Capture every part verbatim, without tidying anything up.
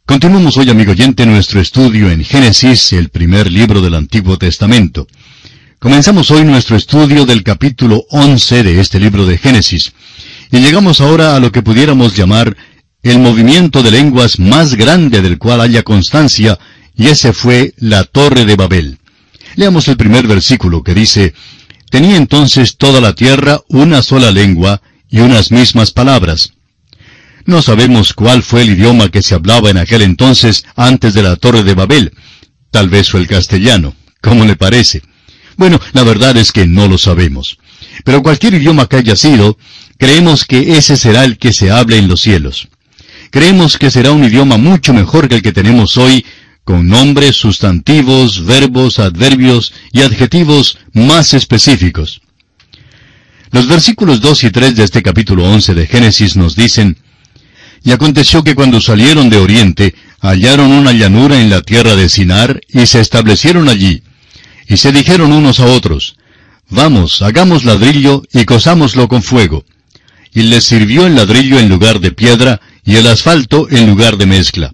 Continuamos hoy, amigo oyente, nuestro estudio en Génesis, el primer libro del Antiguo Testamento. Comenzamos hoy nuestro estudio del capítulo once de este libro de Génesis, y llegamos ahora a lo que pudiéramos llamar el movimiento de lenguas más grande del cual haya constancia, y ese fue la Torre de Babel. Leamos el primer versículo que dice: «Tenía entonces toda la tierra una sola lengua y unas mismas palabras». No sabemos cuál fue el idioma que se hablaba en aquel entonces antes de la Torre de Babel. Tal vez fue el castellano. ¿Cómo le parece? Bueno, la verdad es que no lo sabemos. Pero cualquier idioma que haya sido, creemos que ese será el que se hable en los cielos. Creemos que será un idioma mucho mejor que el que tenemos hoy, con nombres, sustantivos, verbos, adverbios y adjetivos más específicos. Los versículos dos y tres de este capítulo once de Génesis nos dicen: «Y aconteció que cuando salieron de oriente, hallaron una llanura en la tierra de Sinar, y se establecieron allí. Y se dijeron unos a otros: Vamos, hagamos ladrillo, y cosámoslo con fuego. Y les sirvió el ladrillo en lugar de piedra, y el asfalto en lugar de mezcla».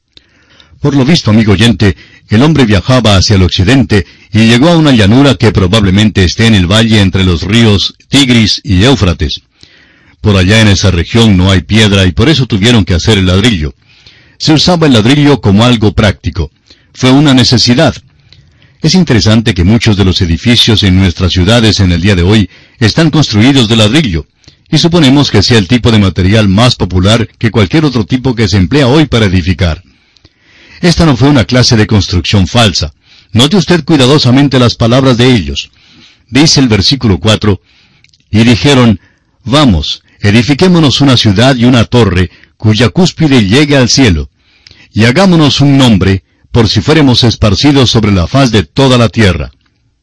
Por lo visto, amigo oyente, el hombre viajaba hacia el occidente, y llegó a una llanura que probablemente esté en el valle entre los ríos Tigris y Éufrates. Por allá en esa región no hay piedra y por eso tuvieron que hacer el ladrillo. Se usaba el ladrillo como algo práctico. Fue una necesidad. Es interesante que muchos de los edificios en nuestras ciudades en el día de hoy están construidos de ladrillo, y suponemos que sea el tipo de material más popular que cualquier otro tipo que se emplea hoy para edificar. Esta no fue una clase de construcción falsa. Note usted cuidadosamente las palabras de ellos. Dice el versículo cuatro: «Y dijeron: Vamos, edifiquémonos una ciudad y una torre, cuya cúspide llegue al cielo, y hagámonos un nombre, por si fuéramos esparcidos sobre la faz de toda la tierra».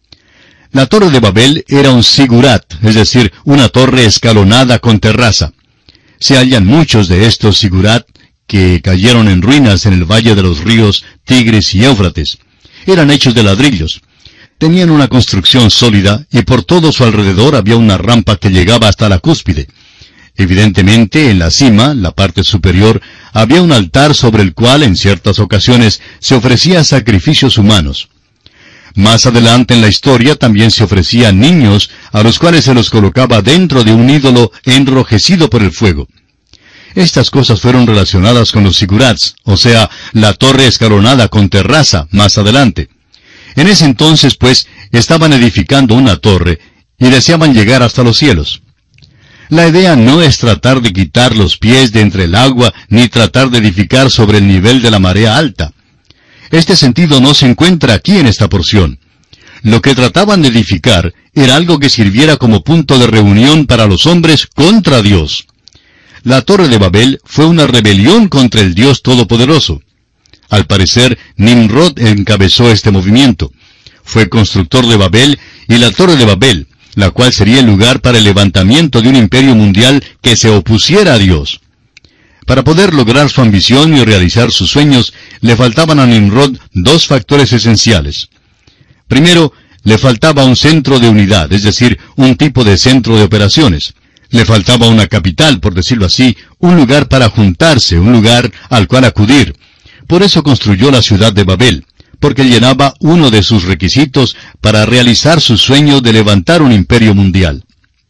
La Torre de Babel era un sigurat, es decir, una torre escalonada con terraza. Se hallan muchos de estos sigurat que cayeron en ruinas en el valle de los ríos Tigris y Éufrates. Eran hechos de ladrillos. Tenían una construcción sólida, y por todo su alrededor había una rampa que llegaba hasta la cúspide. Evidentemente, en la cima, la parte superior, había un altar sobre el cual, en ciertas ocasiones, se ofrecía sacrificios humanos. Más adelante en la historia también se ofrecían niños, a los cuales se los colocaba dentro de un ídolo enrojecido por el fuego. Estas cosas fueron relacionadas con los sigurats, o sea, la torre escalonada con terraza, más adelante. En ese entonces, pues, estaban edificando una torre, y deseaban llegar hasta los cielos. La idea no es tratar de quitar los pies de entre el agua, ni tratar de edificar sobre el nivel de la marea alta. Este sentido no se encuentra aquí en esta porción. Lo que trataban de edificar era algo que sirviera como punto de reunión para los hombres contra Dios. La Torre de Babel fue una rebelión contra el Dios Todopoderoso. Al parecer, Nimrod encabezó este movimiento. Fue constructor de Babel y la Torre de Babel, la cual sería el lugar para el levantamiento de un imperio mundial que se opusiera a Dios. Para poder lograr su ambición y realizar sus sueños, le faltaban a Nimrod dos factores esenciales. Primero, le faltaba un centro de unidad, es decir, un tipo de centro de operaciones. Le faltaba una capital, por decirlo así, un lugar para juntarse, un lugar al cual acudir. Por eso construyó la ciudad de Babel, porque llenaba uno de sus requisitos para realizar su sueño de levantar un imperio mundial.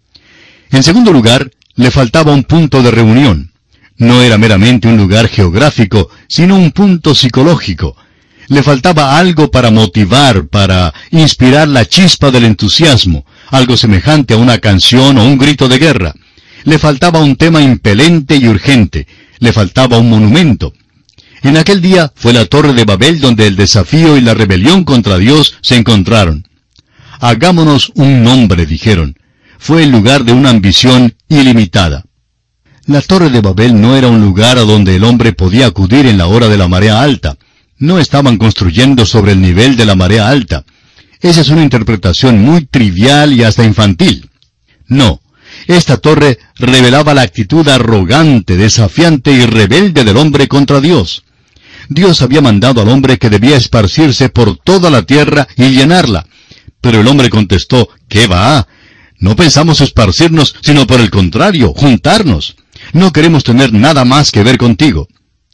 En segundo lugar, le faltaba un punto de reunión. No era meramente un lugar geográfico, sino un punto psicológico. Le faltaba algo para motivar, para inspirar la chispa del entusiasmo, algo semejante a una canción o un grito de guerra. Le faltaba un tema impelente y urgente. Le faltaba un monumento. En aquel día fue la Torre de Babel donde el desafío y la rebelión contra Dios se encontraron. Hagámonos un nombre, dijeron. Fue el lugar de una ambición ilimitada. La Torre de Babel no era un lugar a donde el hombre podía acudir en la hora de la marea alta. No estaban construyendo sobre el nivel de la marea alta. Esa es una interpretación muy trivial y hasta infantil. No, esta torre revelaba la actitud arrogante, desafiante y rebelde del hombre contra Dios. Dios había mandado al hombre que debía esparcirse por toda la tierra y llenarla. Pero el hombre contestó: ¿qué va? No pensamos esparcirnos, sino por el contrario, juntarnos. No queremos tener nada más que ver contigo.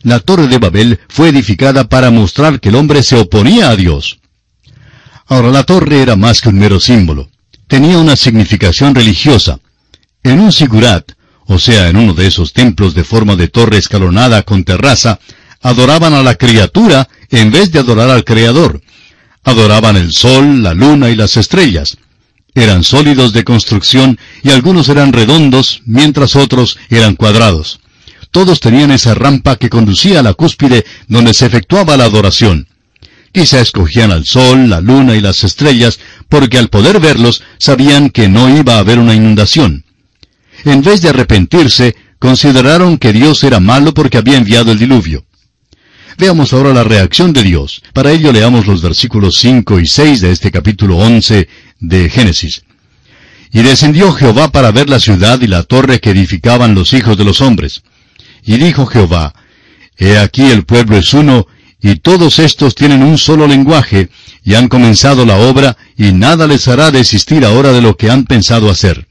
La Torre de Babel fue edificada para mostrar que el hombre se oponía a Dios. Ahora, la torre era más que un mero símbolo. Tenía una significación religiosa. En un sigurat, o sea, en uno de esos templos de forma de torre escalonada con terraza, adoraban a la criatura en vez de adorar al Creador. Adoraban el sol, la luna y las estrellas. Eran sólidos de construcción y algunos eran redondos, mientras otros eran cuadrados. Todos tenían esa rampa que conducía a la cúspide donde se efectuaba la adoración. Quizá escogían al sol, la luna y las estrellas, porque al poder verlos sabían que no iba a haber una inundación. En vez de arrepentirse, consideraron que Dios era malo porque había enviado el diluvio. Veamos ahora la reacción de Dios. Para ello leamos los versículos cinco y seis de este capítulo once de Génesis. Y descendió Jehová para ver la ciudad y la torre que edificaban los hijos de los hombres. Y dijo Jehová, He aquí el pueblo es uno, y todos estos tienen un solo lenguaje, y han comenzado la obra, y nada les hará desistir ahora de lo que han pensado hacer.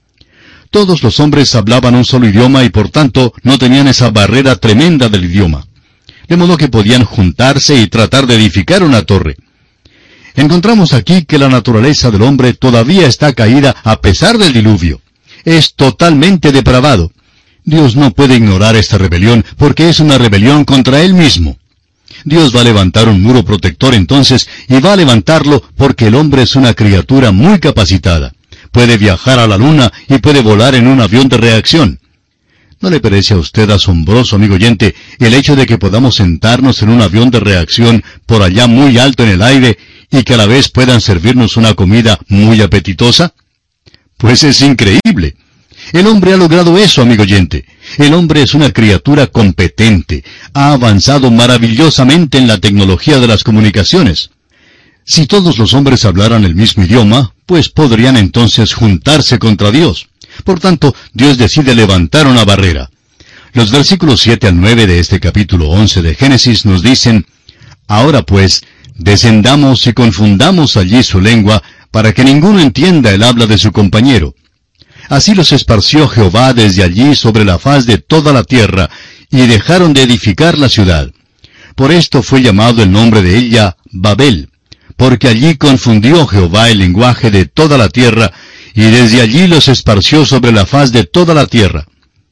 Todos los hombres hablaban un solo idioma y por tanto no tenían esa barrera tremenda del idioma. De modo que podían juntarse y tratar de edificar una torre. Encontramos aquí que la naturaleza del hombre todavía está caída a pesar del diluvio. Es totalmente depravado. Dios no puede ignorar esta rebelión porque es una rebelión contra Él mismo. Dios va a levantar un muro protector entonces y va a levantarlo porque el hombre es una criatura muy capacitada. Puede viajar a la luna y puede volar en un avión de reacción. ¿No le parece a usted asombroso, amigo oyente, el hecho de que podamos sentarnos en un avión de reacción por allá muy alto en el aire y que a la vez puedan servirnos una comida muy apetitosa? Pues es increíble. El hombre ha logrado eso, amigo oyente. El hombre es una criatura competente. Ha avanzado maravillosamente en la tecnología de las comunicaciones. Si todos los hombres hablaran el mismo idioma, pues podrían entonces juntarse contra Dios. Por tanto, Dios decide levantar una barrera. Los versículos siete al nueve de este capítulo once de Génesis nos dicen, Ahora pues, descendamos y confundamos allí su lengua, para que ninguno entienda el habla de su compañero. Así los esparció Jehová desde allí sobre la faz de toda la tierra, y dejaron de edificar la ciudad. Por esto fue llamado el nombre de ella Babel, porque allí confundió Jehová el lenguaje de toda la tierra, y desde allí los esparció sobre la faz de toda la tierra.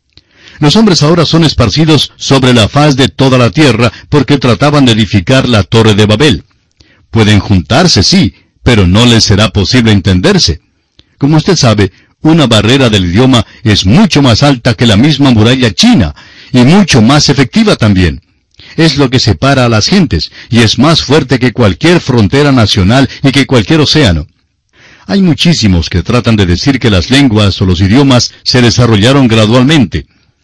Los hombres ahora son esparcidos sobre la faz de toda la tierra, porque trataban de edificar la torre de Babel. Pueden juntarse, sí, pero no les será posible entenderse. Como usted sabe, una barrera del idioma es mucho más alta que la misma muralla china, y mucho más efectiva también. Es lo que separa a las gentes, y es más fuerte que cualquier frontera nacional y que cualquier océano. Hay muchísimos que tratan de decir que las lenguas o los idiomas se desarrollaron gradualmente.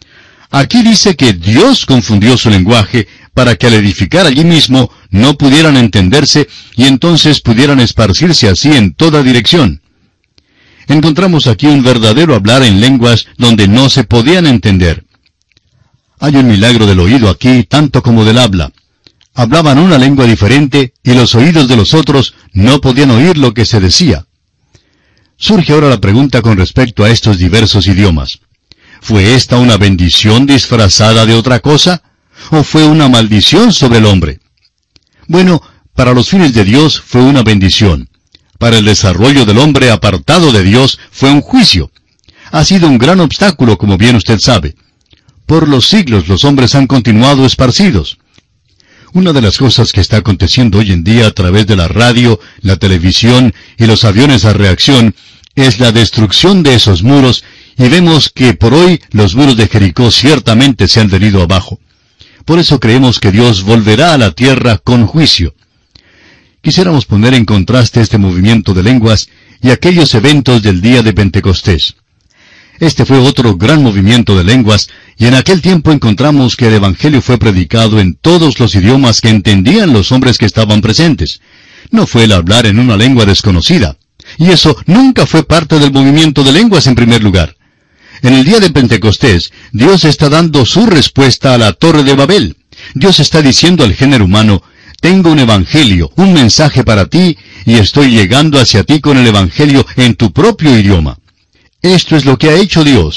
Aquí dice que Dios confundió su lenguaje para que al edificar allí mismo no pudieran entenderse y entonces pudieran esparcirse así en toda dirección. Encontramos aquí un verdadero hablar en lenguas donde no se podían entender. Hay un milagro del oído aquí tanto como del habla. Hablaban una lengua diferente y los oídos de los otros no podían oír lo que se decía. Surge ahora la pregunta con respecto a estos diversos idiomas. ¿Fue esta una bendición disfrazada de otra cosa? ¿O fue una maldición sobre el hombre? Bueno, para los fines de Dios fue una bendición. Para el desarrollo del hombre apartado de Dios fue un juicio. Ha sido un gran obstáculo, como bien usted sabe. Por los siglos los hombres han continuado esparcidos. Una de las cosas que está aconteciendo hoy en día a través de la radio, la televisión y los aviones a reacción es la destrucción de esos muros, y vemos que por hoy los muros de Jericó ciertamente se han venido abajo. Por eso creemos que Dios volverá a la tierra con juicio. Quisiéramos poner en contraste este movimiento de lenguas y aquellos eventos del día de Pentecostés. Este fue otro gran movimiento de lenguas, y en aquel tiempo encontramos que el Evangelio fue predicado en todos los idiomas que entendían los hombres que estaban presentes. No fue el hablar en una lengua desconocida. Y eso nunca fue parte del movimiento de lenguas en primer lugar. En el día de Pentecostés, Dios está dando su respuesta a la Torre de Babel. Dios está diciendo al género humano, tengo un evangelio, un mensaje para ti, y estoy llegando hacia ti con el evangelio en tu propio idioma. Esto es lo que ha hecho Dios.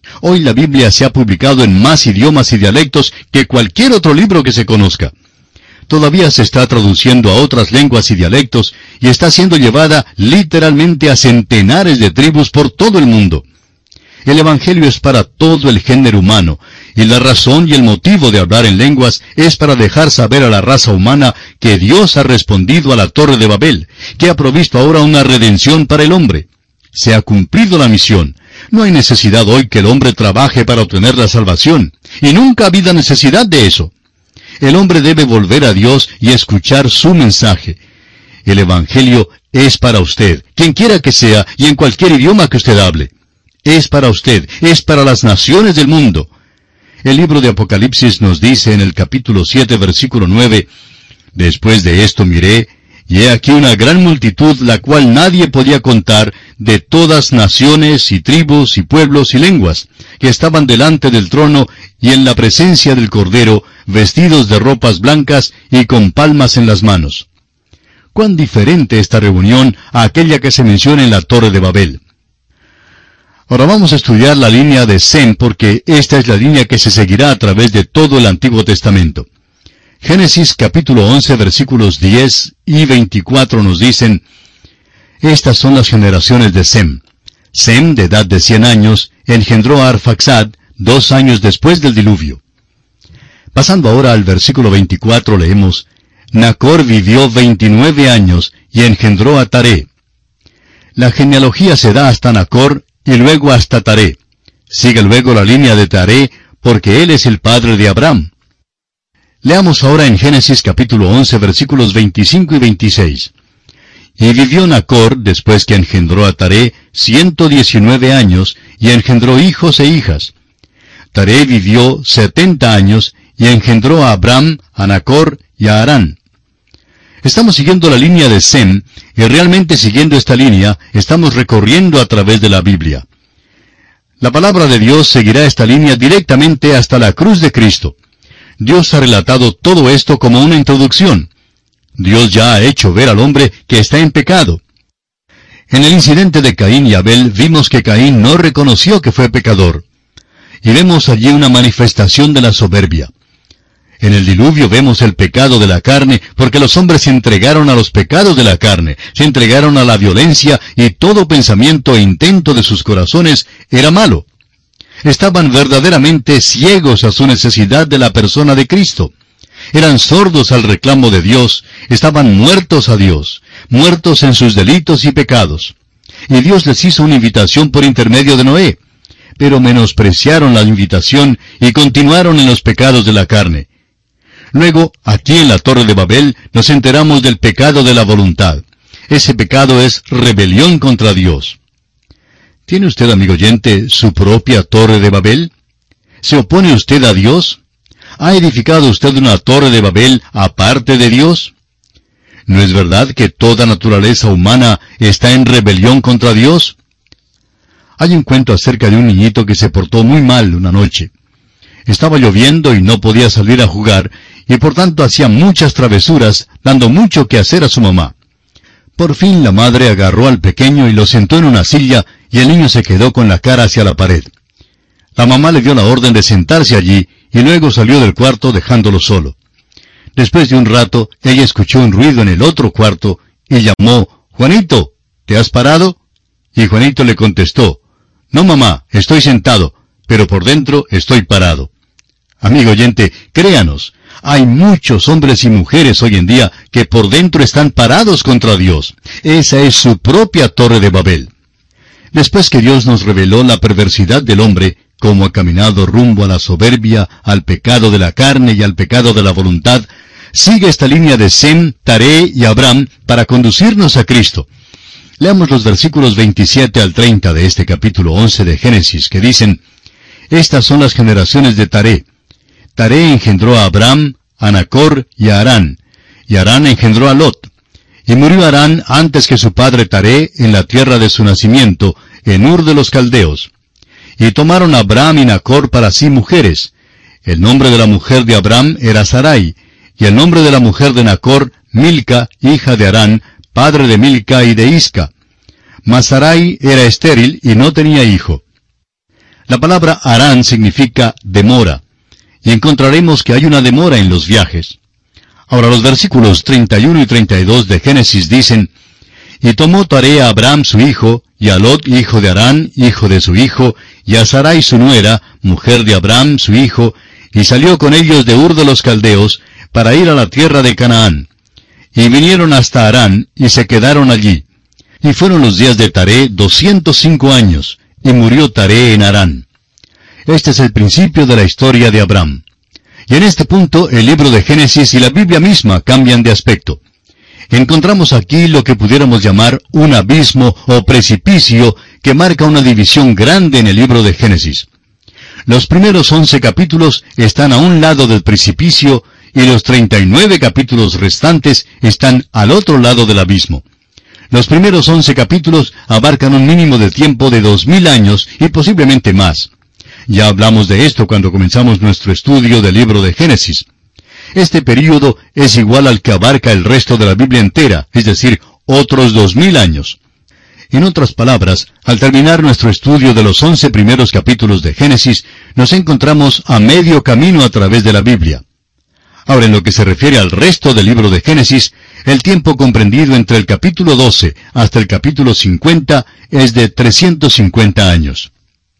Hoy la Biblia se ha publicado en más idiomas y dialectos que cualquier otro libro que se conozca. Todavía se está traduciendo a otras lenguas y dialectos y está siendo llevada literalmente a centenares de tribus por todo el mundo. El Evangelio es para todo el género humano, y la razón y el motivo de hablar en lenguas es para dejar saber a la raza humana que Dios ha respondido a la Torre de Babel, que ha provisto ahora una redención para el hombre. Se ha cumplido la misión. No hay necesidad hoy que el hombre trabaje para obtener la salvación, y nunca ha habido necesidad de eso. El hombre debe volver a Dios y escuchar su mensaje. El Evangelio es para usted, quien quiera que sea, y en cualquier idioma que usted hable. Es para usted, es para las naciones del mundo. El libro de Apocalipsis nos dice en el capítulo siete, versículo nueve, «Después de esto miré, y he aquí una gran multitud, la cual nadie podía contar, de todas naciones y tribus y pueblos y lenguas, que estaban delante del trono y en la presencia del Cordero, vestidos de ropas blancas y con palmas en las manos». Cuán diferente esta reunión a aquella que se menciona en la Torre de Babel. Ahora vamos a estudiar la línea de Sem, porque esta es la línea que se seguirá a través de todo el Antiguo Testamento. Génesis capítulo once, versículos diez y veinticuatro nos dicen, «Estas son las generaciones de Sem. Sem, de edad de cien años, engendró a Arfaxad, dos años después del diluvio». Pasando ahora al versículo veinticuatro, leemos, «Nacor vivió veintinueve años y engendró a Taré». La genealogía se da hasta Nacor y luego hasta Taré. Sigue luego la línea de Taré, porque él es el padre de Abraham. Leamos ahora en Génesis capítulo once, versículos veinticinco y veintiséis. «Y vivió Nacor, después que engendró a Taré, ciento diecinueve años, y engendró hijos e hijas. Taré vivió setenta años, y engendró a Abraham, a Nacor y a Harán». Estamos siguiendo la línea de Sem, y realmente siguiendo esta línea, estamos recorriendo a través de la Biblia. La palabra de Dios seguirá esta línea directamente hasta la cruz de Cristo. Dios ha relatado todo esto como una introducción. Dios ya ha hecho ver al hombre que está en pecado. En el incidente de Caín y Abel vimos que Caín no reconoció que fue pecador. Y vemos allí una manifestación de la soberbia. En el diluvio vemos el pecado de la carne, porque los hombres se entregaron a los pecados de la carne, se entregaron a la violencia, y todo pensamiento e intento de sus corazones era malo. Estaban verdaderamente ciegos a su necesidad de la persona de Cristo. Eran sordos al reclamo de Dios, estaban muertos a Dios, muertos en sus delitos y pecados. Y Dios les hizo una invitación por intermedio de Noé, pero menospreciaron la invitación y continuaron en los pecados de la carne. Luego, aquí en la Torre de Babel, nos enteramos del pecado de la voluntad. Ese pecado es rebelión contra Dios. ¿Tiene usted, amigo oyente, su propia Torre de Babel? ¿Se opone usted a Dios? ¿Ha edificado usted una Torre de Babel aparte de Dios? ¿No es verdad que toda naturaleza humana está en rebelión contra Dios? Hay un cuento acerca de un niñito que se portó muy mal una noche. Estaba lloviendo y no podía salir a jugar, y por tanto hacía muchas travesuras, dando mucho que hacer a su mamá. Por fin la madre agarró al pequeño y lo sentó en una silla, y el niño se quedó con la cara hacia la pared. La mamá le dio la orden de sentarse allí, y luego salió del cuarto dejándolo solo. Después de un rato, ella escuchó un ruido en el otro cuarto, y llamó, «Juanito, ¿te has parado?» Y Juanito le contestó, «No, mamá, estoy sentado, pero por dentro estoy parado». Amigo oyente, créanos, hay muchos hombres y mujeres hoy en día que por dentro están parados contra Dios. Esa es su propia Torre de Babel. Después que Dios nos reveló la perversidad del hombre, cómo ha caminado rumbo a la soberbia, al pecado de la carne y al pecado de la voluntad, sigue esta línea de Sem, Taré y Abraham para conducirnos a Cristo. Leamos los versículos veintisiete al treinta de este capítulo once de Génesis, que dicen, «Estas son las generaciones de Taré. Taré engendró a Abraham, a Nacor y a Harán, y Harán engendró a Lot. Y murió Harán antes que su padre Taré en la tierra de su nacimiento, en Ur de los Caldeos. Y tomaron a Abraham y Nacor para sí mujeres. El nombre de la mujer de Abraham era Sarai, y el nombre de la mujer de Nacor, Milca, hija de Harán, padre de Milca y de Isca. Mas Sarai era estéril y no tenía hijo. La palabra Harán significa demora, y encontraremos que hay una demora en los viajes. Ahora los versículos treinta y uno y treinta y dos de Génesis dicen, «Y tomó Taré a Abraham su hijo, y a Lot hijo de Harán, hijo de su hijo, y a Sarai su nuera, mujer de Abraham su hijo, y salió con ellos de Ur de los Caldeos, para ir a la tierra de Canaán. Y vinieron hasta Harán, y se quedaron allí. Y fueron los días de Taré doscientos cinco años, y murió Taré en Harán». Este es el principio de la historia de Abraham. Y en este punto el libro de Génesis y la Biblia misma cambian de aspecto. Encontramos aquí lo que pudiéramos llamar un abismo o precipicio que marca una división grande en el libro de Génesis. Los primeros once capítulos están a un lado del precipicio y los treinta y nueve capítulos restantes están al otro lado del abismo. Los primeros once capítulos abarcan un mínimo de tiempo de dos mil años y posiblemente más. Ya hablamos de esto cuando comenzamos nuestro estudio del libro de Génesis. Este período es igual al que abarca el resto de la Biblia entera, es decir, otros dos mil años. En otras palabras, al terminar nuestro estudio de los once primeros capítulos de Génesis, nos encontramos a medio camino a través de la Biblia. Ahora, en lo que se refiere al resto del libro de Génesis, el tiempo comprendido entre el capítulo doce hasta el capítulo cincuenta es de trescientos cincuenta años.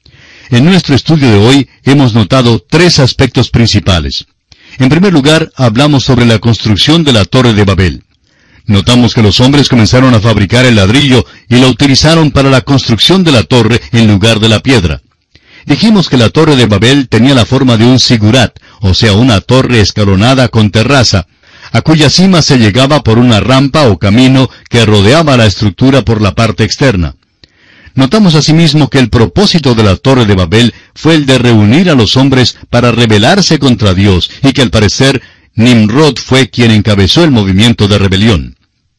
En nuestro estudio de hoy hemos notado tres aspectos principales. En primer lugar, hablamos sobre la construcción de la Torre de Babel. Notamos que los hombres comenzaron a fabricar el ladrillo y lo utilizaron para la construcción de la torre en lugar de la piedra. Dijimos que la Torre de Babel tenía la forma de un sigurat, o sea, una torre escalonada con terraza, a cuya cima se llegaba por una rampa o camino que rodeaba la estructura por la parte externa. Notamos asimismo que el propósito de la Torre de Babel fue el de reunir a los hombres para rebelarse contra Dios, y que al parecer Nimrod fue quien encabezó el movimiento de rebelión.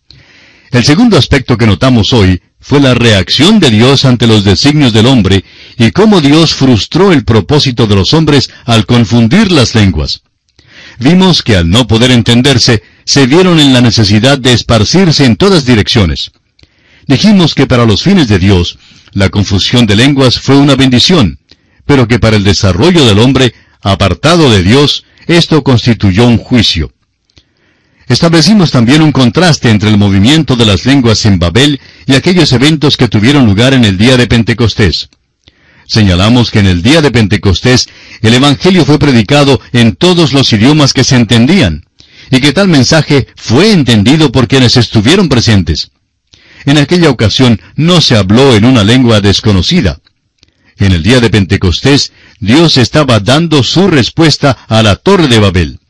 El segundo aspecto que notamos hoy fue la reacción de Dios ante los designios del hombre, y cómo Dios frustró el propósito de los hombres al confundir las lenguas. Vimos que al no poder entenderse, se vieron en la necesidad de esparcirse en todas direcciones. Dijimos que para los fines de Dios, la confusión de lenguas fue una bendición, pero que para el desarrollo del hombre, apartado de Dios, esto constituyó un juicio. Establecimos también un contraste entre el movimiento de las lenguas en Babel y aquellos eventos que tuvieron lugar en el día de Pentecostés. Señalamos que en el día de Pentecostés el Evangelio fue predicado en todos los idiomas que se entendían, y que tal mensaje fue entendido por quienes estuvieron presentes. En aquella ocasión no se habló en una lengua desconocida. En el día de Pentecostés, Dios estaba dando su respuesta a la Torre de Babel.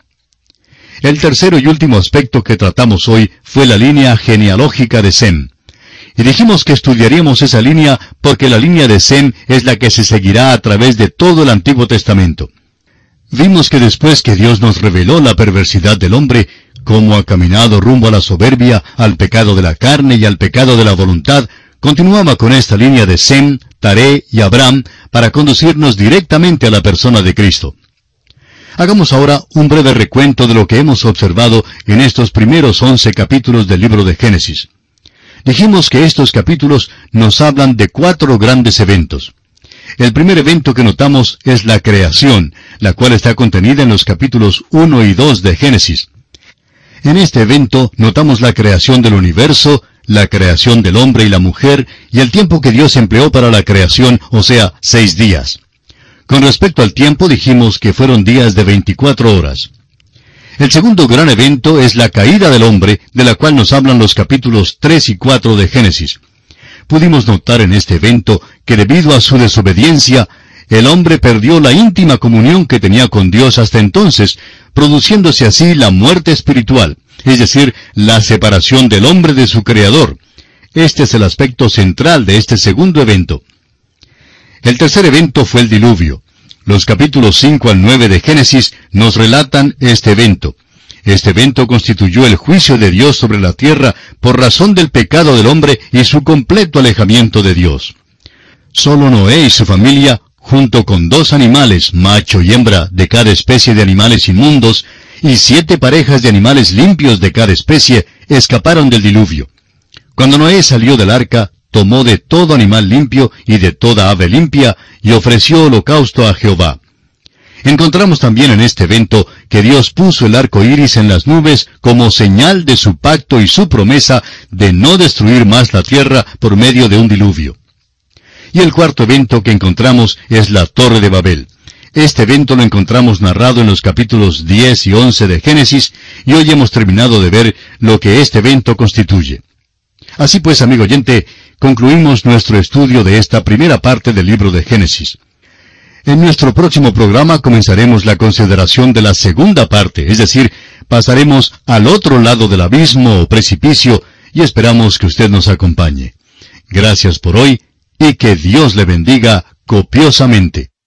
El tercero y último aspecto que tratamos hoy fue la línea genealógica de Sem. Y dijimos que estudiaríamos esa línea porque la línea de Sem es la que se seguirá a través de todo el Antiguo Testamento. Vimos que después que Dios nos reveló la perversidad del hombre, cómo ha caminado rumbo a la soberbia, al pecado de la carne y al pecado de la voluntad, continuaba con esta línea de Sem, Taré y Abraham para conducirnos directamente a la persona de Cristo. Hagamos ahora un breve recuento de lo que hemos observado en estos primeros once capítulos del libro de Génesis. Dijimos que estos capítulos nos hablan de cuatro grandes eventos. El primer evento que notamos es la creación, la cual está contenida en los capítulos uno y dos de Génesis. En este evento notamos la creación del universo, la creación del hombre y la mujer, y el tiempo que Dios empleó para la creación, o sea, seis días. Con respecto al tiempo dijimos que fueron días de veinticuatro horas. El segundo gran evento es la caída del hombre, de la cual nos hablan los capítulos tres y cuatro de Génesis. Pudimos notar en este evento que debido a su desobediencia, el hombre perdió la íntima comunión que tenía con Dios hasta entonces, produciéndose así la muerte espiritual, es decir, la separación del hombre de su Creador. Este es el aspecto central de este segundo evento. El tercer evento fue el diluvio. Los capítulos cinco al nueve de Génesis nos relatan este evento. Este evento constituyó el juicio de Dios sobre la tierra por razón del pecado del hombre y su completo alejamiento de Dios. Solo Noé y su familia, junto con dos animales, macho y hembra, de cada especie de animales inmundos, y siete parejas de animales limpios de cada especie, escaparon del diluvio. Cuando Noé salió del arca, tomó de todo animal limpio y de toda ave limpia, y ofreció holocausto a Jehová. Encontramos también en este evento que Dios puso el arco iris en las nubes como señal de su pacto y su promesa de no destruir más la tierra por medio de un diluvio. Y el cuarto evento que encontramos es la Torre de Babel. Este evento lo encontramos narrado en los capítulos diez y once de Génesis, y hoy hemos terminado de ver lo que este evento constituye. Así pues, amigo oyente, concluimos nuestro estudio de esta primera parte del libro de Génesis. En nuestro próximo programa comenzaremos la consideración de la segunda parte, es decir, pasaremos al otro lado del abismo o precipicio, y esperamos que usted nos acompañe. Gracias por hoy, y que Dios le bendiga copiosamente.